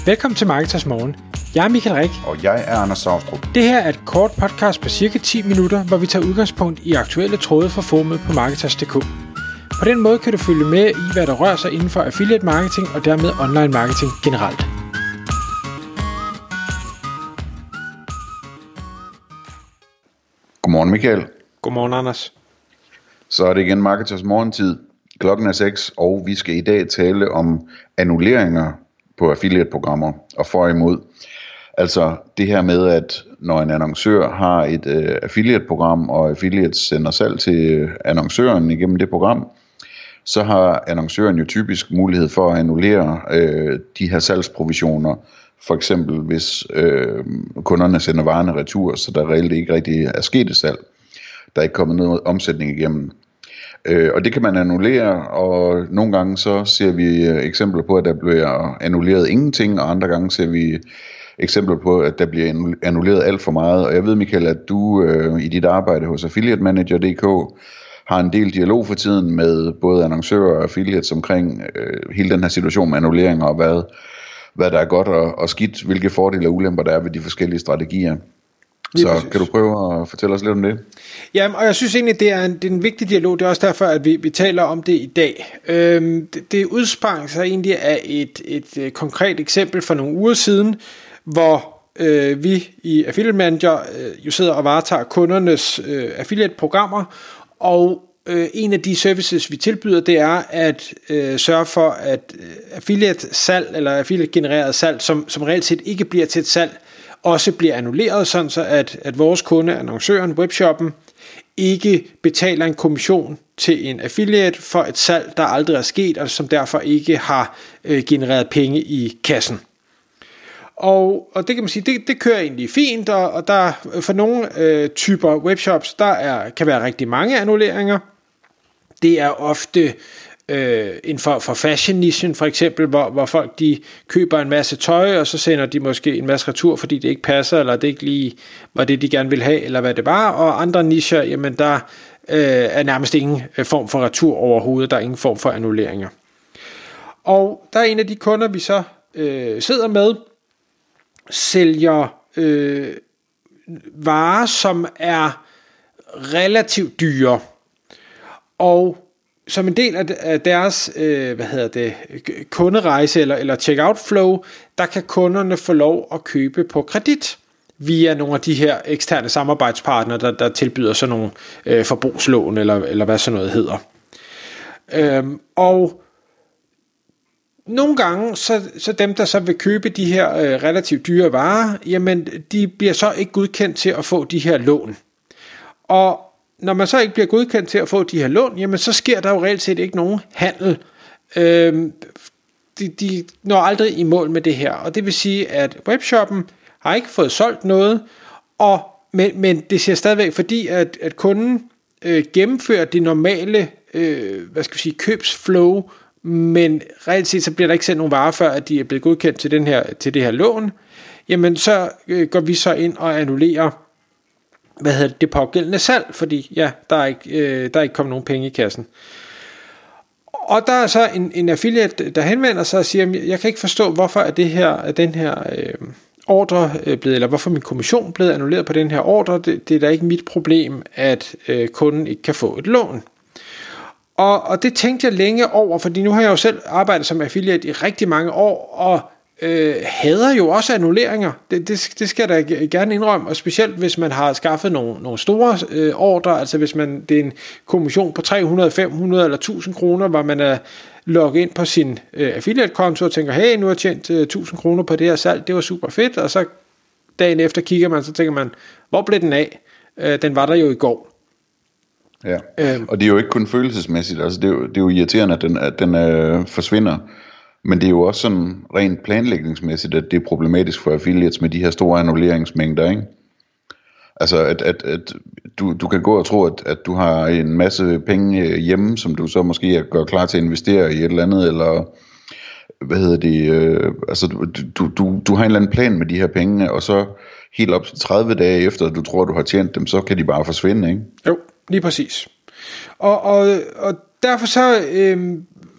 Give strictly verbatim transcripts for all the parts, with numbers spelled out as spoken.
Velkommen til Marketers Morgen. Jeg er Michael Rik. Og jeg er Anders Saustrup. Det her er et kort podcast på cirka ti minutter, hvor vi tager udgangspunkt i aktuelle tråde fra forumet på Marketers punktum d k. På den måde kan du følge med i, hvad der rører sig inden for affiliate marketing og dermed online marketing generelt. Godmorgen Michael. Godmorgen Anders. Så er det igen Marketers morgentid. Klokken er seks, og vi skal i dag tale om annulleringer på affiliate-programmer og for og imod. Altså det her med, at når en annoncør har et uh, affiliate-program, og affiliates sender salg til annoncøren igennem det program, så har annoncøren jo typisk mulighed for at annullere uh, de her salgsprovisioner. For eksempel hvis uh, kunderne sender varerne retur, så der reelt ikke rigtig er sket et salg. Der er ikke kommet noget omsætning igennem. Øh, og det kan man annullere, og nogle gange så ser vi eksempler på, at der bliver annulleret ingenting, og andre gange ser vi eksempler på, at der bliver annulleret alt for meget. Og jeg ved, Michael, at du øh, i dit arbejde hos Affiliate Manager punktum d k har en del dialog for tiden med både annoncører og affiliates omkring øh, hele den her situation med annulleringer, og hvad, hvad der er godt og, og skidt, hvilke fordele og ulemper der er ved de forskellige strategier. Så kan du prøve at fortælle os lidt om det? Ja, og jeg synes egentlig, det er en, det er en vigtig dialog. Det er også derfor, at vi, vi taler om det i dag. Øhm, det, det udsprang sig egentlig af et, et, et konkret eksempel for nogle uger siden, hvor øh, vi i Affiliate Manager øh, jo sidder og varetager kundernes øh, affiliate-programmer, og øh, en af de services, vi tilbyder, det er at øh, sørge for, at øh, affiliate-salg eller affiliate-genereret salg, som, som reelt set ikke bliver til et salg, også bliver annulleret, sådan så at, at vores kunde, annoncøren, webshoppen, ikke betaler en kommission til en affiliate for et salg, der aldrig er sket, og som derfor ikke har øh, genereret penge i kassen. Og, og det kan man sige, det, det kører egentlig fint, og, og der for nogle øh, typer webshops, der er, kan være rigtig mange annulleringer. Det er ofte øh, inden for, for fashion-nichen for eksempel, hvor, hvor folk de køber en masse tøj, og så sender de måske en masse retur, fordi det ikke passer, eller det ikke lige var det, de gerne vil have, eller hvad det var. Og andre nicher, jamen der øh, er nærmest ingen form for retur overhovedet, der er ingen form for annulleringer. Og der er en af de kunder, vi så øh, sidder med, sælger øh, varer, som er relativt dyre, og som en del af deres øh, hvad hedder det, kunderejse eller, eller checkout flow, der kan kunderne få lov at købe på kredit via nogle af de her eksterne samarbejdspartnere, der, der tilbyder sådan nogle øh, forbrugslån eller, eller hvad sådan noget hedder. Øhm, og nogle gange, så, så dem, der så vil købe de her øh, relativt dyre varer, jamen de bliver så ikke godkendt til at få de her lån. Og når man så ikke bliver godkendt til at få de her lån, jamen så sker der jo reelt set ikke nogen handel. Øhm, de, de når aldrig i mål med det her, og det vil sige, at webshoppen har ikke fået solgt noget, og, men, men det ser stadigvæk, fordi at, at kunden øh, gennemfører det normale øh, hvad skal vi sige, købsflow, men reelt set så bliver der ikke sendt nogen varer, før at de er blevet godkendt til, den her, til det her lån, jamen så øh, går vi så ind og annullerer hvad hedder det, det pågældende salg, fordi ja, der er ikke, øh, der er ikke kommet nogen penge i kassen. Og der er så en, en affiliate, der henvender sig og siger, jeg kan ikke forstå, hvorfor er det her, er den her øh, ordre blevet, eller hvorfor min kommission blevet annulleret på den her ordre. Det, det er da ikke mit problem, at øh, kunden ikke kan få et lån. Og, og det tænkte jeg længe over, fordi nu har jeg jo selv arbejdet som affiliate i rigtig mange år, og øh, hader jo også annulleringer. Det, det, det skal jeg da gerne indrømme, og specielt hvis man har skaffet nogle, nogle store øh, ordre, altså hvis man, det er en kommission på tre hundrede, fem hundrede eller tusind kroner, hvor man er logget ind på sin øh, affiliate-konto og tænker, hey, nu har jeg tjent øh, tusind kroner på det her salg, det var super fedt, og så dagen efter kigger man, så tænker man, hvor blev den af? Øh, den var der jo i går. Ja, øhm. og det er jo ikke kun følelsesmæssigt, altså det er jo, det er jo irriterende, at den, at den øh, forsvinder, men det er jo også sådan rent planlægningsmæssigt, at det er problematisk for affiliates med de her store annulleringsmængder, ikke? Altså at, at, at du, du kan gå og tro, at, at du har en masse penge hjemme, som du så måske gør klar til at investere i et eller andet, eller hvad hedder det, øh, altså du, du, du har en eller anden plan med de her penge, og så helt op til tredive dage efter, at du tror, du har tjent dem, så kan de bare forsvinde, ikke? Jo, lige præcis. Og, og, og derfor så, øh,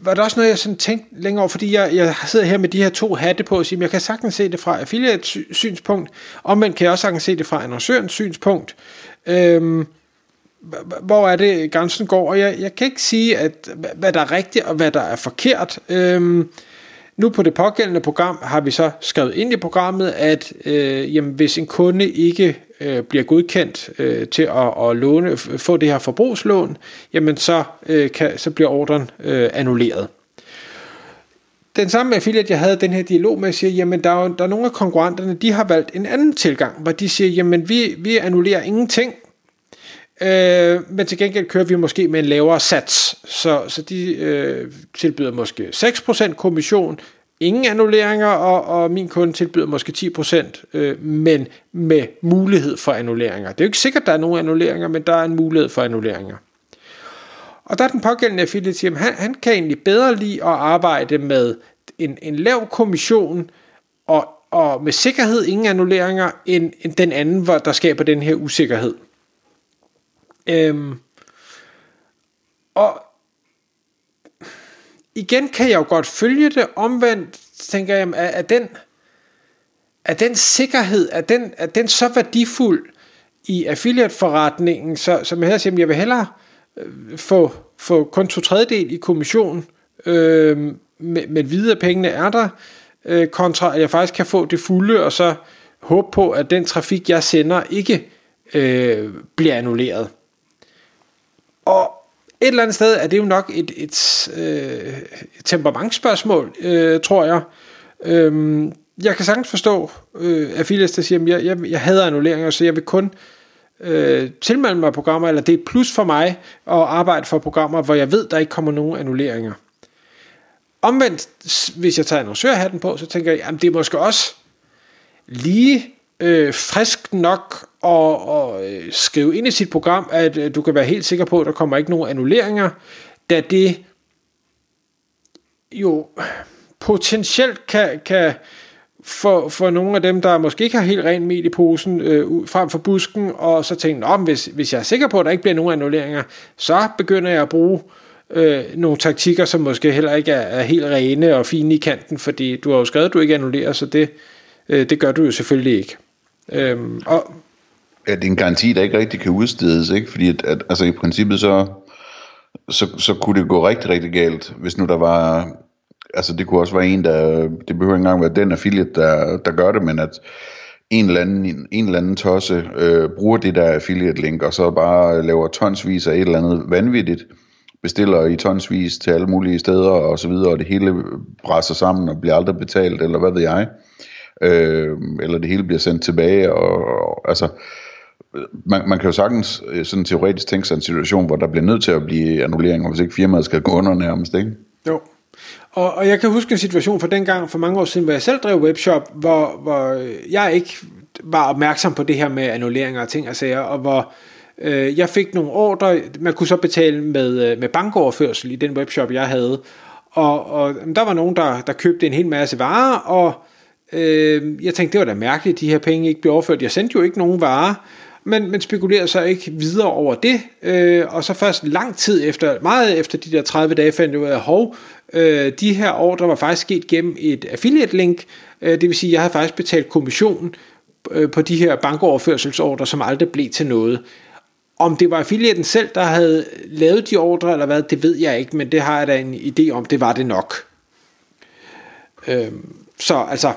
var der også noget, jeg sådan tænkte længere over, fordi jeg, jeg sidder her med de her to hatte på, og siger, jeg kan sagtens se det fra affiliate synspunkt, omvendt kan jeg også sagtens se det fra annoncørens synspunkt. Øhm, hvor er det grænsen går, og jeg, jeg kan ikke sige, at hvad der er rigtigt, og hvad der er forkert. Øhm, nu på det pågældende program, har vi så skrevet ind i programmet, at øh, jamen, hvis en kunde ikke øh, bliver godkendt øh, til at, at låne, få det her forbrugslån, jamen så, øh, kan, så bliver ordren øh, annulleret. Den samme affiliate, jeg havde den her dialog med, siger, jamen der er, der er nogle af konkurrenterne, de har valgt en anden tilgang, hvor de siger, jamen vi, vi annullerer ingenting, øh, men til gengæld kører vi måske med en lavere sats, så, så de øh, tilbyder måske seks procent kommission, ingen annulleringer, og, og min kunde tilbyder måske ti procent, øh, men med mulighed for annulleringer. Det er jo ikke sikkert, der er nogen annulleringer, men der er en mulighed for annulleringer. Og der er den pågældende affiliate, jamen, han, han kan egentlig bedre lide at arbejde med en, en lav kommission, og, og med sikkerhed ingen annulleringer, end, end den anden, hvor der skaber den her usikkerhed. Øhm, og igen kan jeg jo godt følge det, omvendt tænker jeg, er, er, den, er den sikkerhed, er den, er den så værdifuld i affiliate-forretningen, så, som jeg her siger, jeg vil hellere øh, få, få kun to tredjedel i kommission, øh, med, med videre pengene er der, øh, kontra at jeg faktisk kan få det fulde, og så håbe på, at den trafik, jeg sender, ikke øh, bliver annulleret. Og et eller andet sted er det jo nok et, et, øh, et temperamentsspørgsmål, øh, tror jeg. Øhm, jeg kan sagtens forstå øh, affiliates, der siger, at jeg, jeg, jeg hader annulleringer, så jeg vil kun øh, tilmelde mig programmer, eller det er et plus for mig at arbejde for programmer, hvor jeg ved, der ikke kommer nogen annulleringer. Omvendt, hvis jeg tager annoncørhatten på, så tænker jeg, at det er måske også lige øh, frisk nok og, og øh, skrive ind i sit program, at øh, du kan være helt sikker på, at der kommer ikke nogen annulleringer, da det jo potentielt kan, kan for, for nogle af dem, der måske ikke har helt ren mel i posen, øh, frem for busken, og så tænke, nå, hvis, hvis jeg er sikker på, at der ikke bliver nogen annulleringer, så begynder jeg at bruge øh, nogle taktikker, som måske heller ikke er, er helt rene og fine i kanten, fordi du har jo skrevet, at du ikke annullerer, så det, øh, det gør du jo selvfølgelig ikke. Øhm, og Ja, det er en garanti, der ikke rigtig kan udstedes, ikke? Fordi at, at, altså i princippet så, så, så kunne det gå rigtig, rigtig galt, hvis nu der var, altså det kunne også være en, der, det behøver ikke engang være den affiliate, der, der gør det, men at en eller anden, en eller anden tosse øh, bruger det der affiliate link, og så bare laver tonsvis af et eller andet vanvittigt, bestiller i tonsvis til alle mulige steder og så videre, og det hele brænder sammen og bliver aldrig betalt, eller hvad ved jeg, øh, eller det hele bliver sendt tilbage, og, og altså Man, man kan jo sagtens sådan teoretisk tænke sig en situation, hvor der bliver nødt til at blive annulleringer, hvis ikke firmaet skal gå under nærmest, ikke? Jo, og, og jeg kan huske en situation fra dengang, for mange år siden, hvor jeg selv drev webshop, hvor, hvor jeg ikke var opmærksom på det her med annulleringer og ting og sager, og hvor øh, jeg fik nogle ordre, man kunne så betale med, med bankoverførsel i den webshop, jeg havde, og, og der var nogen, der, der købte en hel masse varer, og øh, jeg tænkte, det var da mærkeligt, de her penge ikke blev overført. Jeg sendte jo ikke nogen varer, Men, men spekulerede så ikke videre over det, øh, og så først lang tid efter, meget efter de der tredive dage, fandt jeg ud af, hov, øh, de her ordre var faktisk sket gennem et affiliate link, øh, det vil sige, at jeg havde faktisk betalt kommission øh, på de her bankoverførselsordre, som aldrig blev til noget. Om det var affiliaten selv, der havde lavet de ordre, eller hvad, det ved jeg ikke, men det har jeg da en idé om, det var det nok. Øh, så altså,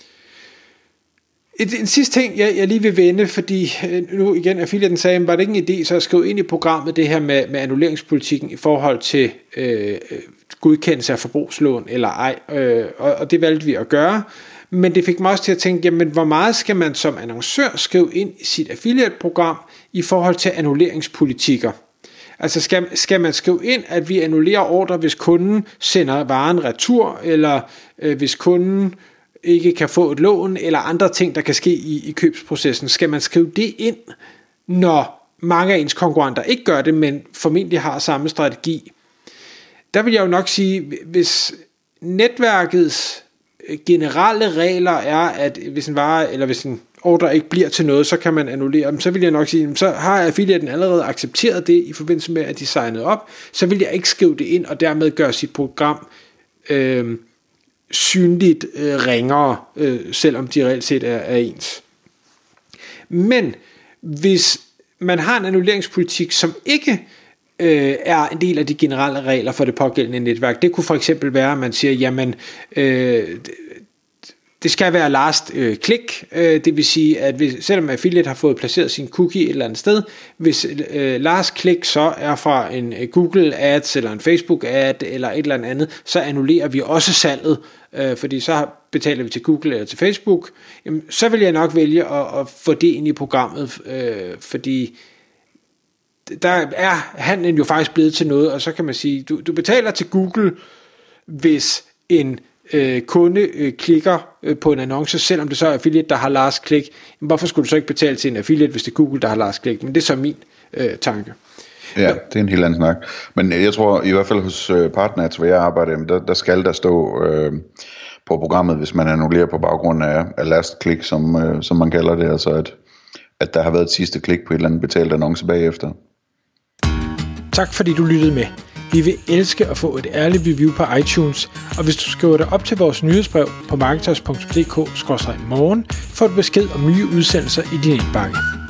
En, en sidste ting, jeg, jeg lige vil vende, fordi nu igen affiliaten sagde, var det ikke en idé så at skrive ind i programmet det her med, med annulleringspolitikken i forhold til øh, godkendelse af forbrugslån eller ej, øh, og, og det valgte vi at gøre, men det fik mig også til at tænke, jamen hvor meget skal man som annoncør skrive ind i sit affiliate-program i forhold til annulleringspolitikker? Altså skal, skal man skrive ind, at vi annullerer ordre, hvis kunden sender varen retur, eller øh, hvis kunden ikke kan få et lån, eller andre ting, der kan ske i, i købsprocessen. Skal man skrive det ind, når mange af ens konkurrenter ikke gør det, men formentlig har samme strategi? Der vil jeg jo nok sige, hvis netværkets generelle regler er, at hvis en vare, eller hvis en ordre ikke bliver til noget, så kan man annullere dem. Så vil jeg nok sige, så har affiliaten allerede accepteret det i forbindelse med, at de signede op, så vil jeg ikke skrive det ind, og dermed gøre sit program øh, synligt øh, ringere, øh, selvom de reelt set er, er ens. Men hvis man har en annulleringspolitik, som ikke øh, er en del af de generelle regler for det pågældende netværk, det kunne for eksempel være, at man siger, jamen, øh, det skal være last øh, click, øh, det vil sige, at hvis, selvom affiliate har fået placeret sin cookie et eller andet sted, hvis øh, last click så er fra en øh, Google Ads eller en Facebook ad eller et eller andet, så annullerer vi også salget, øh, fordi så betaler vi til Google eller til Facebook. Jamen, så vil jeg nok vælge at, at få det ind i programmet, øh, fordi der er handlen jo faktisk blevet til noget, og så kan man sige, du, du betaler til Google, hvis en øh, kunde øh, klikker øh, på en annonce, selvom det så er affiliate, der har last click. Men hvorfor skulle du så ikke betale til en affiliate, hvis det er Google, der har last click? Men det er så min øh, tanke. Ja, det er en helt anden snak. Men jeg tror, i hvert fald hos øh, Partners, hvor jeg arbejder, der, der skal der stå øh, på programmet, hvis man annullerer på baggrund af, af last click, som, øh, som man kalder det, altså at, at der har været et sidste klik på et eller andet betalt annonce bagefter. Tak fordi du lyttede med. Vi vil elske at få et ærligt review på iTunes, og hvis du skriver dig op til vores nyhedsbrev på marketers punktum d k skråstreg morgen, får du besked om nye udsendelser i din indbakke.